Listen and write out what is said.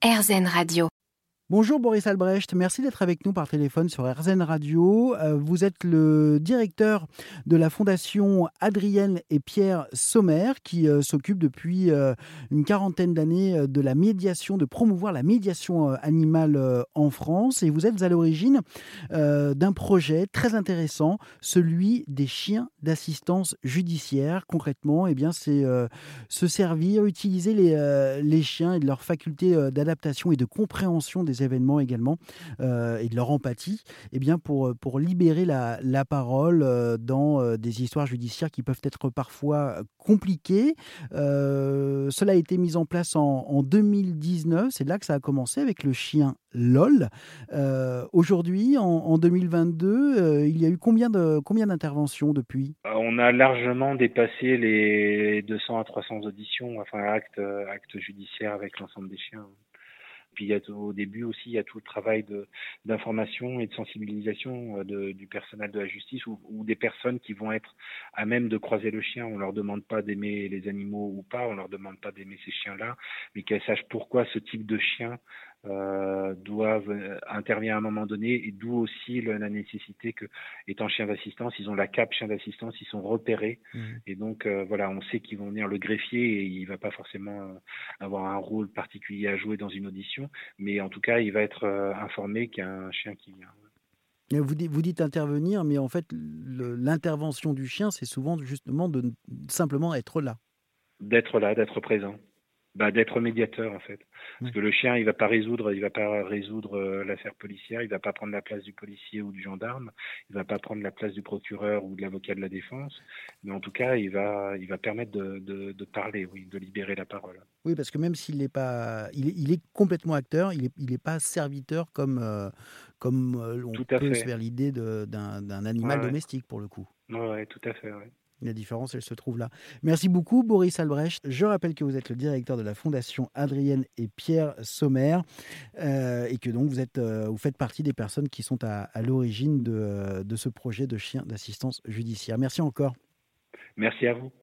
RZN Radio. Bonjour Boris Albrecht, merci d'être avec nous par téléphone sur RZN Radio. Vous êtes le directeur de la fondation Adrienne et Pierre Sommer qui s'occupe depuis une quarantaine d'années de la médiation, de promouvoir la médiation animale en France. Et vous êtes à l'origine d'un projet très intéressant, celui des chiens d'assistance judiciaire. Concrètement, eh bien, c'est se servir, utiliser les chiens et de leurs facultés d'adaptation et de compréhension des événements également, et de leur empathie, eh bien pour libérer la parole dans des histoires judiciaires qui peuvent être parfois compliquées. Cela a été mis en place en 2019, c'est là que ça a commencé avec le chien LOL. Aujourd'hui, en 2022, il y a eu combien d'interventions depuis ? On a largement dépassé les 200 à 300 auditions, enfin actes judiciaires avec l'ensemble des chiens. Puis au début aussi, il y a tout le travail d'information et de sensibilisation du personnel de la justice ou des personnes qui vont être à même de croiser le chien. On leur demande pas d'aimer les animaux ou pas, on leur demande pas d'aimer ces chiens-là, mais qu'elles sachent pourquoi ce type de chien doivent intervenir à un moment donné, et d'où aussi la nécessité que, étant chien d'assistance, ils ont la cape chien d'assistance, ils sont repérés, et donc voilà, on sait qu'ils vont venir. Le greffier, et il va pas forcément avoir un rôle particulier à jouer dans une audition, mais en tout cas, il va être informé qu'il y a un chien qui vient. Vous dites intervenir, mais en fait, l'intervention du chien, c'est souvent justement de simplement être là. D'être là, d'être présent. D'être médiateur en fait, parce que le chien il va pas résoudre l'affaire policière, il va pas prendre la place du policier ou du gendarme, il va pas prendre la place du procureur ou de l'avocat de la défense, mais en tout cas il va permettre de parler, oui, de libérer la parole. Oui, parce que même s'il n'est pas, il est complètement acteur, il est pas serviteur comme on Tout à peut se fait. faire l'idée d'un animal domestique pour le coup. Ouais, tout à fait, ouais. La différence, elle se trouve là. Merci beaucoup, Boris Albrecht. Je rappelle que vous êtes le directeur de la fondation Adrienne et Pierre Sommer, et que donc vous faites partie des personnes qui sont à l'origine de ce projet de chien d'assistance judiciaire. Merci encore. Merci à vous.